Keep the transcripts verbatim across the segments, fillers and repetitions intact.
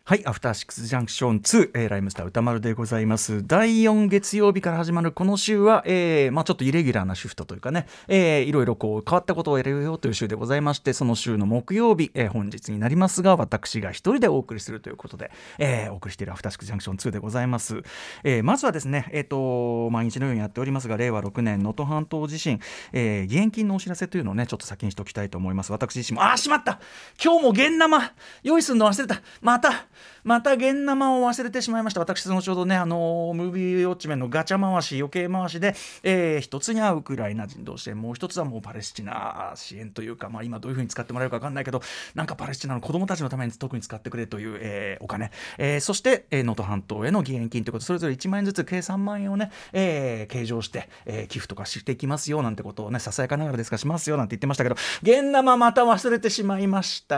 はい、アフターシックスジャンクションツー、えー、ライムスター歌丸でございます。だいよん月曜日から始まるこの週は、えーまあ、ちょっとイレギュラーなシフトというかね、えー、いろいろこう変わったことをやるよという週でございまして、その週の木曜日、えー、本日になりますが、私が一人でお送りするということで、えー、お送りしているアフターシックスジャンクションツーでございます。えー、まずはですね、えーと、毎日のようにやっておりますが、れいわろくねん能登半島地震、えー、義援金のお知らせというのをね、ちょっと先にしておきたいと思います。私自身も、あーしまった、今日も現生用意するの忘れた、またまた現生を忘れてしまいました。私後ほどね、あのー、ムービーウォッチメンのガチャ回し余計回しで、えー、一つにはウクライナ人同士で、もう一つはもうパレスチナ支援というか、まあ、今どういう風に使ってもらえるか分かんないけど、なんかパレスチナの子どもたちのために特に使ってくれという、えー、お金、えー、そして能登、えー、半島への義援金ということで、それぞれいちまんえんずつ計さんまんえんをね、えー、計上して、えー、寄付とかしていきますよなんてことをね、ささやかながらですがしますよなんて言ってましたけど、現生また忘れてしまいました。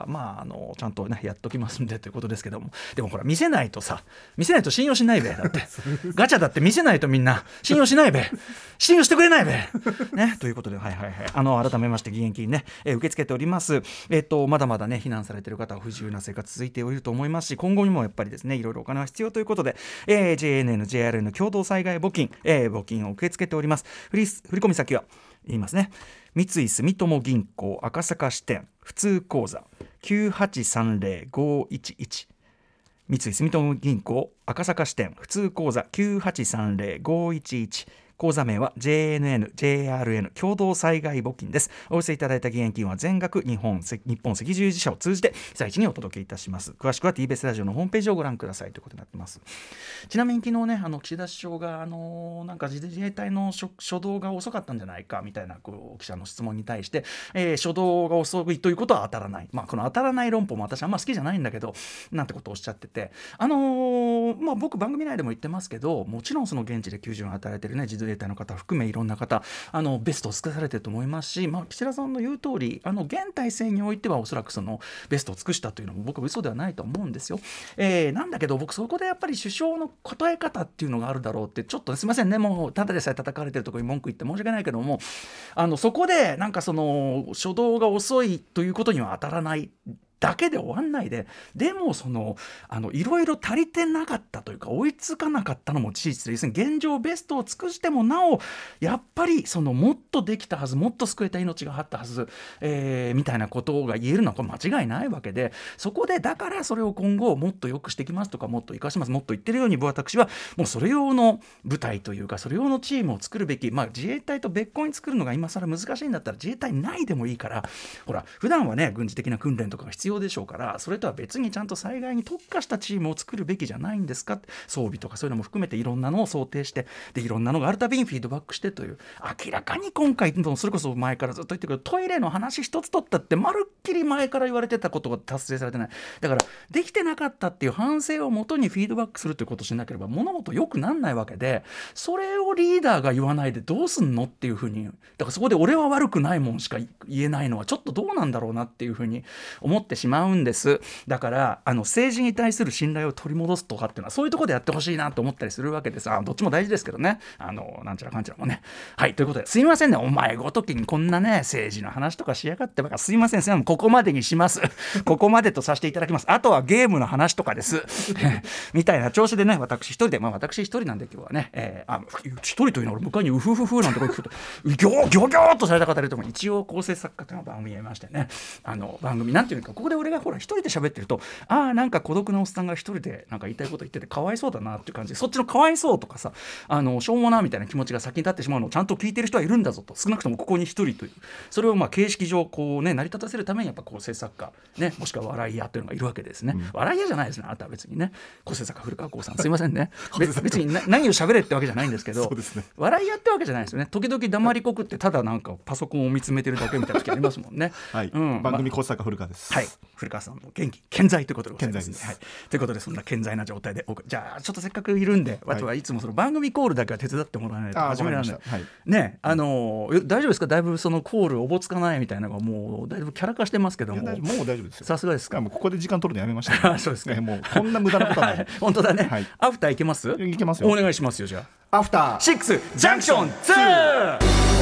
まああのちゃんとねやっときますんでということですけども、でもほら見せないとさ、見せないと信用しないべ。だってガチャだって見せないとみんな信用しないべ、信用してくれないべね、ということで、はいはいはい、あの改めまして義援金ね、えー、受け付けております。えっとまだまだね避難されている方は不自由な生活続いていると思いますし、今後にもやっぱりですねいろいろお金は必要ということで、えー、ジェイエヌエヌ ジェイアールエヌ 共同災害募金、えー、募金を受け付けております。振り振込先は言いますね。三井住友銀行赤坂支店普通口座 きゅうはちさんぜろごいちいち、三井住友銀行赤坂支店普通口座 きゅうはちさんぜろごいちいち、口座名は ジェイエヌエヌ ジェイアールエヌ 共同災害募金です。お寄せいただいた義援金は全額日本日本赤十字社を通じて被災地にお届けいたします。詳しくは ティービーエス ラジオのホームページをご覧くださいということになっています。ちなみに昨日ね、あの岸田首相があのなんか自衛隊の初動が遅かったんじゃないかみたいなこう記者の質問に対して、えー、初動が遅いということは当たらない、まあ、この当たらない論法も私あんま好きじゃないんだけどなんてことをおっしゃってて、あのーまあ、僕番組内でも言ってますけど、もちろんその現地で救助を与えているね自衛隊の方含めいろんな方、あのベストを尽くされていると思いますし、まあ、岸田さんの言う通り、あの現体制においてはおそらくそのベストを尽くしたというのも僕は嘘ではないと思うんですよ。えー、なんだけど僕そこでやっぱり首相の答え方っていうのがあるだろうって、ちょっとすいませんね、もうただでさえ叩かれてるところに文句言って申し訳ないけども、あのそこでなんかその初動が遅いということには当たらないだけで終わんないで、でもそのあのいろいろ足りてなかったというか追いつかなかったのも事実で、要するに現状ベストを尽くしてもなおやっぱりそのもっとできたはず、もっと救えた命があったはず、えー、みたいなことが言えるのはこれ間違いないわけで、そこでだからそれを今後もっと良くしてきますとかもっと生かします、もっと言ってるように私はもうそれ用の部隊というかそれ用のチームを作るべき、まあ、自衛隊と別個に作るのが今更難しいんだったら自衛隊内でもいいから、ほら普段はね軍事的な訓練とかが必要でしょうから、それとは別にちゃんと災害に特化したチームを作るべきじゃないんですか。装備とかそういうのも含めていろんなのを想定して、でいろんなのがあるたびにフィードバックしてという、明らかに今回それこそ前からずっと言ってるけどトイレの話一つ取ったってまるっきり前から言われてたことが達成されてない。だからできてなかったっていう反省をもとにフィードバックするということをしなければ物事良くなんないわけで、それをリーダーが言わないでどうすんのっていうふうに、だからそこで俺は悪くないもんしか言えないのはちょっとどうなんだろうなっていうふうに思ってしまうんです。だからあの政治に対する信頼を取り戻すとかっていうのはそういうところでやってほしいなと思ったりするわけです。あどっちも大事ですけどね、あのなんちゃらかんちゃらもね。はい、ということですいませんね、お前ごときにこんなね政治の話とかしやがってばかすいません、すいません、ここまでにしますここまでとさせていただきます。あとはゲームの話とかですみたいな調子でね、私一人で、まあ私一人なんで今日はね、えー、あ一人というのは向かいにウフフフなんてこう聞くとギョギョギョーっとされた方いると思う。一応構成作家というの番組やりましてね、あの番組なんていうか、ここで俺がほら一人で喋ってると、ああなんか孤独なおっさんが一人でなんか言いたいこと言っててかわいそうだなっていう感じで、そっちのかわいそうとかさ、あのしょうもなみたいな気持ちが先に立ってしまうのをちゃんと聞いてる人はいるんだぞと、少なくともここに一人という、それをまあ形式上こうね成り立たせるためにやっぱ構成作家ね、もしくは笑い屋というのがいるわけですね、うん、笑い屋じゃないですね、あなたは別にね、構成作家古川光さんすいませんね別に何を喋れってわけじゃないんですけどそうです、ね、笑い屋ってわけじゃないですよね。時々黙りこくってただなんかパソコンを見つめてるだけみたいな時ありますもんねはい、うん、番組構成作家古川です、 はい、古川さんの元気健在ということでございます、ね、はい、ということでそんな健在な状態でじゃあちょっとせっかくいるんで、はい、はいつもその番組コールだけは手伝ってもらわないと始められない、はい、ね、あのー、大丈夫ですか、だいぶそのコールおぼつかないみたいなのがもうだいぶキャラ化してますけども、 もう大丈夫ですよ、 さすがですか。 もうここで時間取るのやめました、ね、 そうですね、 もうこんな無駄なことはない、はい、 本当だね、はい、アフターいけます？ いけますよ、 お願いしますよ。じゃあアフターシックスジャンクションツー ティー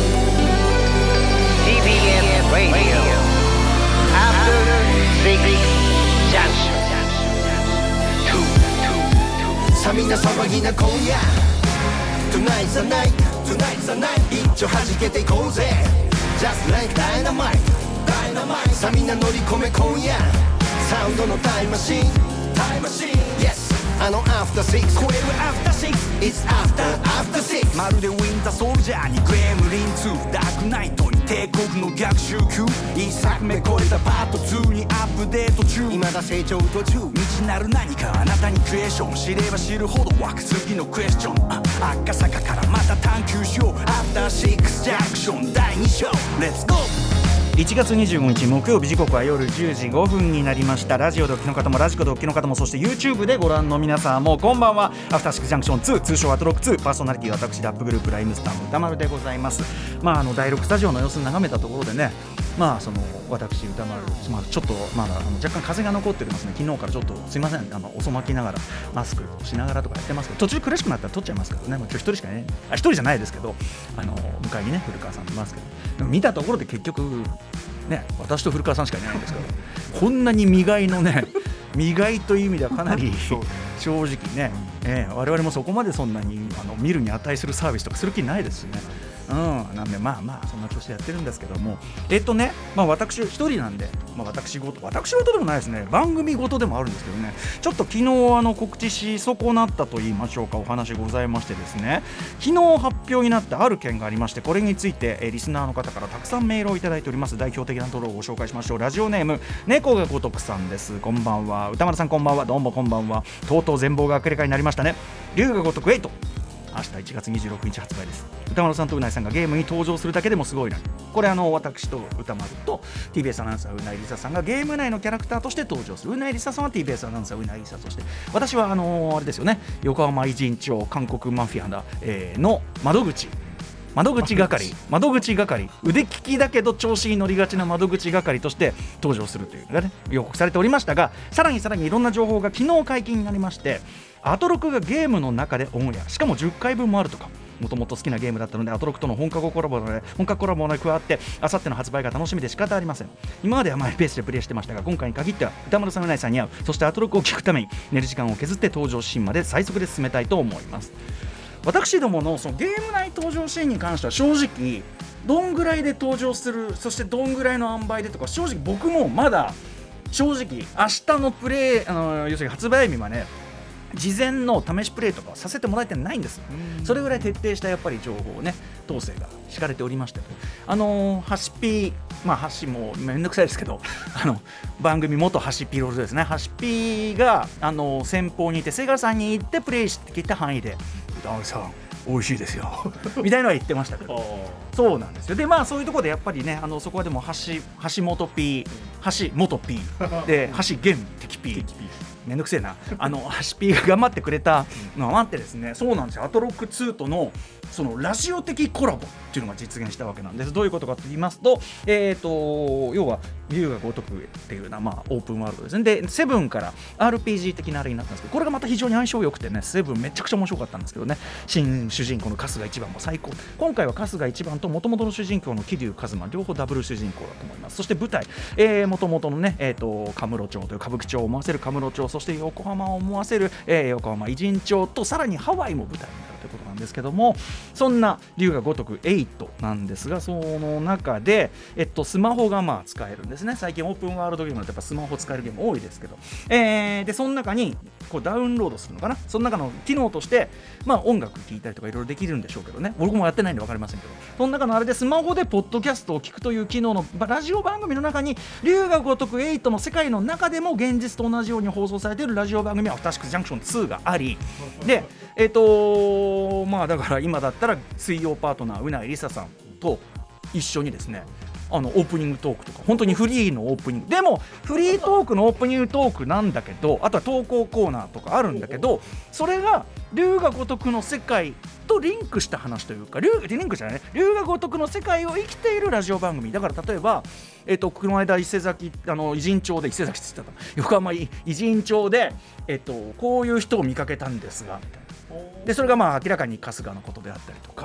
ビーエス Radio After Six Junction さあみんな騒ぎな今夜 Tonight's the night Tonight's the night 一丁弾けていこうぜ Just like dynamite Dynamite さあみんな乗り込め今夜サウンドのタイムマシンタイムマシン Yes あの After Six 超える After Six It's After After Six まるでウィンターソルジャーにグレムリンツーダークナイトに帝国の逆襲級一作目超えたパートツーにアップデート中未だ成長途中未知なる何かあなたにクエスチョン知れば知るほど湧く次のクエスチョンあ赤坂からまた探求しよう After Six ジャンクションだいに章 Let's go いちがつにじゅうごにち木曜日、時刻は夜じゅうじごふんになりました。ラジオでお聞きの方もラジコでお聞きの方も、そして YouTube でご覧の皆さんもこんばんは。アフターシックスジャンクションツー、通称アトロックツー、パーソナリティは私ラップグループライムスターの歌丸でございます。まああのだいろくスタジオの様子を眺めたところでね、まあその私歌丸、まあ、ちょっとまだあの若干風が残っておりますね。昨日からちょっとすいません、あの遅まきながらマスクしながらとかやってますけど、途中苦しくなったら取っちゃいますからね。もう今日一人しかね、あ一人じゃないですけど、あの向かいにね古川さんいますけど、でも見たところで結局ね、私と古川さんしかいないんですからこんなに磨いのね磨いという意味ではかなり正直ね、えー、我々もそこまでそんなにあの見るに値するサービスとかする気ないですしね。うん、なんでまあまあそんな調子でやってるんですけども、えっとね、まあ私一人なんで、まあ私ごと私ごとでもないですね、番組ごとでもあるんですけどね、ちょっと昨日あの告知し損なったと言いましょうか、お話ございましてですね、昨日発表になったある件がありまして、これについてえリスナーの方からたくさんメールをいただいております。代表的なところをご紹介しましょう。ラジオネーム猫が如くさんです。こんばんは。歌丸さんこんばんは。どうもこんばんは。とうとう全貌が明らかになりましたね。龍が如くエイト、明日いちがつにじゅうろくにち発売です。歌丸さんとうないさんがゲームに登場するだけでもすごいな。これあの私と歌丸と ティービーエス アナウンサーうないりささんがゲーム内のキャラクターとして登場する。うないりささんは ティービーエス アナウンサーうないりさとして、私はあのー、あれですよね、横浜偉人町韓国マフィアだ、えー、の窓口窓口係窓口係腕利きだけど調子に乗りがちな窓口係として登場するというのがね予告されておりましたが、さらにさらにいろんな情報が昨日解禁になりまして、アトロクがゲームの中でオンエア、しかもじゅっかいぶんもあるとか、もともと好きなゲームだったのでアトロクとの本格コラボで本格コラボが加わってあさっての発売が楽しみで仕方ありません。今まではマイペースでプレイしてましたが、今回に限っては歌丸さんうないさんに会う、そしてアトロクを聞くために寝る時間を削って登場シーンまで最速で進めたいと思います。私ども の, そのゲーム内登場シーンに関しては正直どんぐらいで登場する、そしてどんぐらいの塩梅でとか、正直僕もまだ正直明日のプレイあの要するに発売日まで事前の試しプレイとかさせてもらえてないんです。それぐらい徹底したやっぱり情報をね統制が敷かれておりまして、あのー、ハシピまあハシもめんどくさいですけどあの番組元ハシピロールですね、ハシピがあの先方にいてセガさんに行ってプレイしてきた範囲で歌丸さん美味しいですよみたいなのは言ってましたけどそうなんですよ。でまあそういうところでやっぱりね、あのそこはでも橋橋本 P 橋本 P で橋源敵 P めんどくせえなあのハシピーが頑張ってくれたのはあってですね、そうなんですよ。アトロックツーとのそのラジオ的コラボっていうのが実現したわけなんです。どういうことかと言いますと、えーと要は龍が如くっていうような、まあ、オープンワールドですね。でセブンから アールピージー 的なあれになったんですけど、これがまた非常に相性良くてね、セブンめちゃくちゃ面白かったんですけどね、新主人公の春日一番も最高。今回は春日一番と元々の主人公の桐生一馬両方ダブル主人公だと思います。そして舞台、えー、元々のね、えーとカムロ町という歌舞伎町を思わせるカムロ町、そして横浜を思わせる、えー、横浜偉人町とさらにハワイも舞台になるということなんですけども、そんな龍が如くエイトなんですが、その中で、えっと、スマホがまあ使えるんですね。最近オープンワールドゲームだとやっぱスマホ使えるゲーム多いですけど、えー、でその中にこうダウンロードするのかな、その中の機能として、まあ、音楽聴いたりとかいろいろできるんでしょうけどね、僕もやってないんで分かりませんけど、その中のあれでスマホでポッドキャストを聞くという機能のラジオ番組の中に龍が如くエイトの世界の中でも現実と同じように放送されているラジオ番組はアフターシックスジャンクションツーがあり、でえっとまあだから今だったら水曜パートナーうないりささんと一緒にですね、あのオープニングトークとか本当にフリーのオープニングでもフリートークのオープニングトークなんだけど、あとは投稿コーナーとかあるんだけど、それが龍が如くの世界とリンクした話というか、龍リンクじゃないね龍が如くの世界を生きているラジオ番組だから、例えばえっとこの間伊勢崎あの偉人町で伊勢崎って言ってた横浜偉人町でえっとこういう人を見かけたんですがみたいな。でそれがまあ明らかに春日のことであったりとか、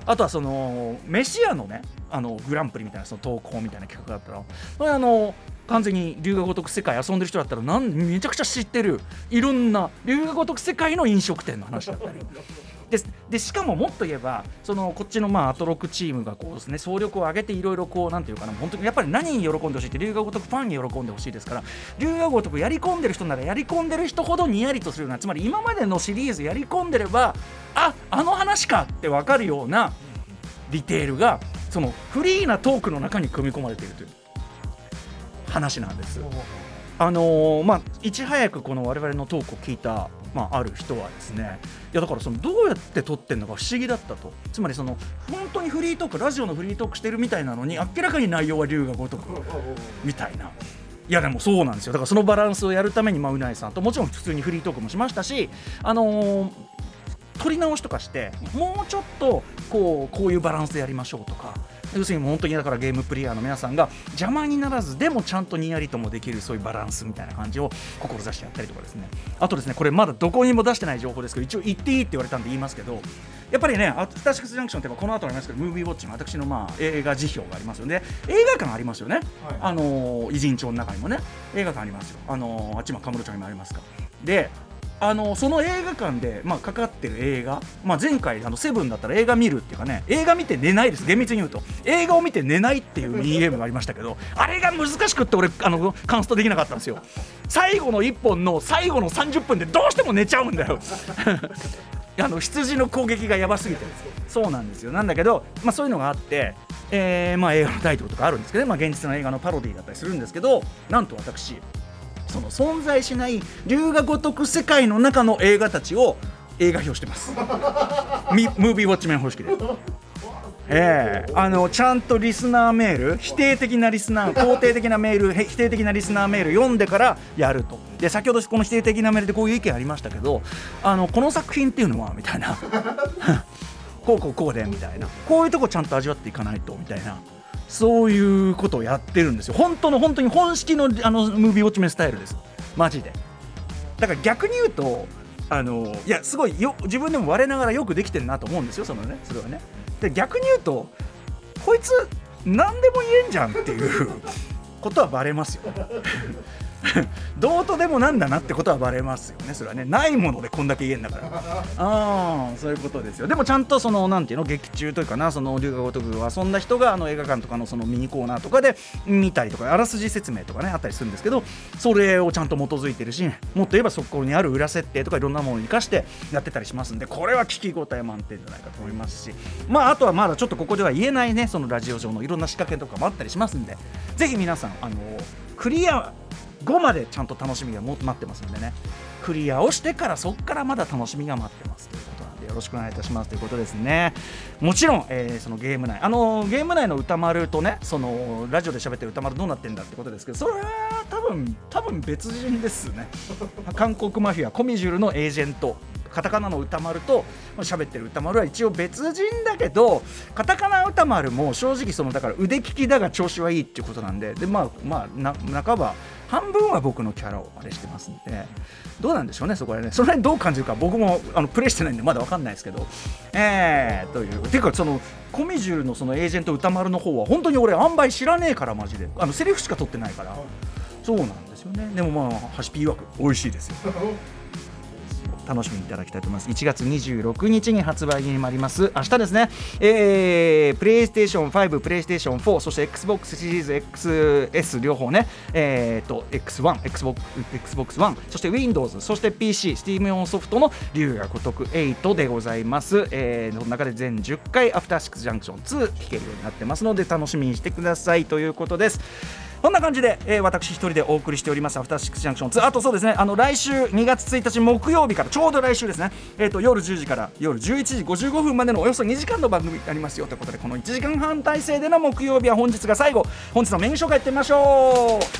あとはそのメシアのねあのグランプリみたいなその投稿みたいな企画があったら、これあの完全に龍が如く世界遊んでる人だったらなんめちゃくちゃ知ってるいろんな龍が如く世界の飲食店の話だったりで, でしかももっと言えばそのこっちのまあアトロクチームがこうですね総力を上げていろいろこうなんていうかな本当にやっぱり何に喜んでほしいって龍が如くファンに喜んでほしいですから、龍が如くやり込んでる人ならやり込んでる人ほどにやりとするような、つまり今までのシリーズやり込んでればああの話かって分かるようなディテールがそのフリーなトークの中に組み込まれているという話なんです。あのー、まあいち早くこの我々のトークを聞いた、まあ、ある人はですね、いやだからそのどうやって撮ってんのか不思議だったと。つまりその本当にフリートークラジオのフリートークしてるみたいなのに明らかに内容は龍が如くみたいな。いやでもそうなんですよ。だからそのバランスをやるためにまあうないさんともちろん普通にフリートークもしましたし、あのー撮り直しとかしてもうちょっとこうこういうバランスでやりましょうとか、要するに本当にだからゲームプレイヤーの皆さんが邪魔にならずでもちゃんとにやりともできるそういうバランスみたいな感じを志してやったりとかですね。あとですねこれまだどこにも出してない情報ですけど一応言っていいって言われたんで言いますけど、やっぱりねアフターシックスジャンクションってこの後ありますけどムービーウォッチの私のまあ映画辞表がありますよね。映画館ありますよね、はい、あの偉人町の中にもね映画館ありますよ。あのあっちもカムロ町にもありますか。であのその映画館で、まあ、かかってる映画、まあ、前回あのセブンだったら映画見るっていうかね映画見て寝ないです。厳密に言うと映画を見て寝ないっていうミニゲームがありましたけどあれが難しくって俺あのカンストできなかったんですよ。最後のいっぽんの最後のさんじゅっぷんでどうしても寝ちゃうんだよあの羊の攻撃がやばすぎてそうなんですよ。なんだけど、まあ、そういうのがあって、えーまあ、映画のタイトルとかあるんですけど、まあ、現実の映画のパロディだったりするんですけど、なんと私その存在しない龍が如く世界の中の映画たちを映画表してますムービーウォッチメン方式で、えー、あのちゃんとリスナーメール否定的なリスナー肯定的なメール否定的なリスナーメール読んでからやると。で先ほどこの否定的なメールでこういう意見ありましたけど、あのこの作品っていうのはみたいなこうこうこうでみたいな、こういうとこちゃんと味わっていかないとみたいな、そういうことをやってるんですよ。本当の本当に本式のあのムービーウォッチメンスタイルですマジで。だから逆に言うとあのいやすごいよ自分でも我ながらよくできてるなと思うんですよ。そのねそれはね。で逆に言うとこいつ何でも言えんじゃんっていうことはバレますよどうとでもなんだなってことはバレますよね。それはねないものでこんだけ言えんだからあそういうことですよ。でもちゃんとそのなんていうの劇中というかなその龍が如く遊んだ人があの映画館とかのそのミニコーナーとかで見たりとかあらすじ説明とかねあったりするんですけど、それをちゃんと基づいてるし、もっと言えばそこにある裏設定とかいろんなものを生かしてやってたりしますんで、これは聞き応え満点じゃないかと思いますし、まああとはまだちょっとここでは言えないねそのラジオ上のいろんな仕掛けとかもあったりしますんで、ぜひ皆さんあのクリアごまでちゃんと楽しみが待ってますんでね、クリアをしてからそっからまだ楽しみが待ってますということなんでよろしくお願いいたしますということですね。もちろん、えー、そのゲーム内あのゲーム内の歌丸とねそのラジオで喋ってる歌丸どうなってんだってことですけど、それは多分多分別人ですね韓国マフィアコミジュルのエージェントカタカナの歌丸と喋ってる歌丸は一応別人だけど、カタカナ歌丸も正直そのだから腕利きだが調子はいいっていうことなんで、でまあまあな半ば半分は僕のキャラをあれしてますんで、どうなんでしょうねそこはね。その辺どう感じるか僕もあのプレイしてないんでまだ分かんないですけど、えーというていうかそのコミジュールのそのエージェント歌丸の方は本当に俺案外知らねえからマジであのセリフしか取ってないから、そうなんですよね。でもまあハシピー曰く美味しいですよ楽しみにいただきたいと思います。いちがつにじゅうろくにちに発売になります明日ですね、えー、プレイステーションファイブ、プレイステーションフォー、そして Xbox シリーズ エックスエス 両方ね、えー、と エックスワン、Xbox、Xbox One、そして Windows、そして ピーシー、Steam 用ソフトの龍が如くエイトでございます。えー、その中で全じゅっかいアフターシックスジャンクションツー聴けるようになってますので楽しみにしてくださいということです。こんな感じで、えー、私一人でお送りしておりますアフターシックスジャンクションツー。あとそうですね、あの来週にがつついたち木曜日からちょうど来週ですね、えー、と夜じゅうじから夜じゅういちじごじゅうごふんまでのおよそにじかんの番組になりますよということで、このいちじかんはん体制での木曜日は本日が最後。本日のメニュー紹介いってみましょう。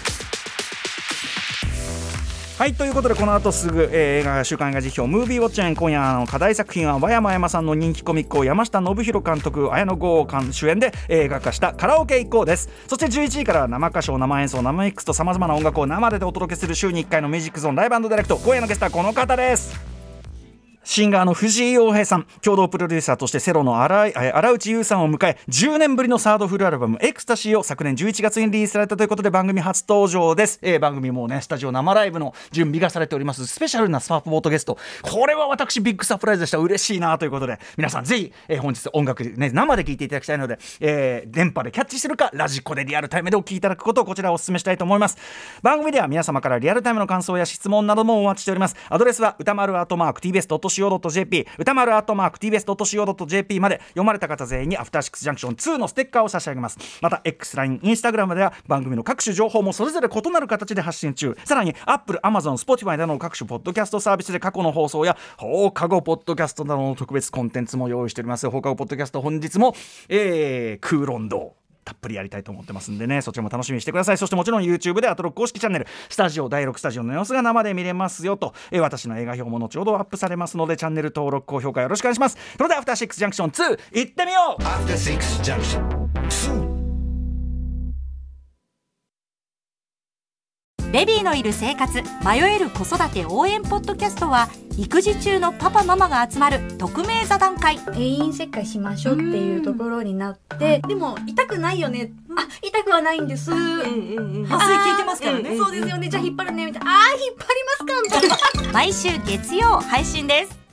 はい、ということでこの後すぐ、えー、映画週刊映画辞表ムービーウォッチメン、今夜の課題作品は和山山さんの人気コミックを山下信弘監督、綾野剛監主演で映画化したカラオケ行こうです。そしてじゅういちじから生歌唱、生演奏、生ミックスとさまざまな音楽を生でお届けする週にいっかいのミュージックゾーンライブ&ダイレクト。今夜のゲストはこの方です。 シンガーの藤井洋平さん、共同プロデューサーとしてセロの荒井荒内優さんを迎え、じゅうねんぶりのサードフルアルバムエクスタシーを昨年じゅういちがつにリリースされたということで、番組初登場です。えー、番組もねスタジオ生ライブの準備がされております。スペシャルなスパーポートゲスト、これは私ビッグサプライズでした。嬉しいなということで、皆さんぜひ、えー、本日音楽、ね、生で聴いていただきたいので、えー、電波でキャッチするかラジコでリアルタイムでお聴きいただくことをこちらをお勧めしたいと思います。番組では皆様からリアルタイムの感想や質問などもお待ちしております。アドレスは歌丸アットマーク ティービーエスドットシーオードットジェーピー、 歌丸アットマーク ティービーエスドットシーオードットジェーピー まで。読まれた方全員にアフターシックスジャンクションツーのステッカーを差し上げます。また X、ライン、インスタグラムでは番組の各種情報もそれぞれ異なる形で発信中。さらに Apple、Amazon、Spotify などの各種ポッドキャストサービスで過去の放送や放課後ポッドキャストなどの特別コンテンツも用意しております。放課後ポッドキャスト、本日も、えー、空論道たっぷりやりたいと思ってますんでね、そちらも楽しみにしてください。そしてもちろん YouTube でアトロック公式チャンネルスタジオだいろくスタジオの様子が生で見れますよと、えー、私の映画表も後ほどアップされますので、チャンネル登録高評価よろしくお願いします。それではアフターシックスジャンクションツー行ってみよう。 アフターシックスジャンクションツー。 ベビーのいる生活、迷える子育て応援ポッドキャストは、育児中のパパママが集まる匿名座談会。 定員切開しましょうっていうところになって、でも痛くないよね、あ、痛くはないんです、うんうんうん、 麻酔効いてますからね、 そうですよね、じゃあ引っ張るねみたいな、あー引っ張りますかみたいな毎週月曜配信です。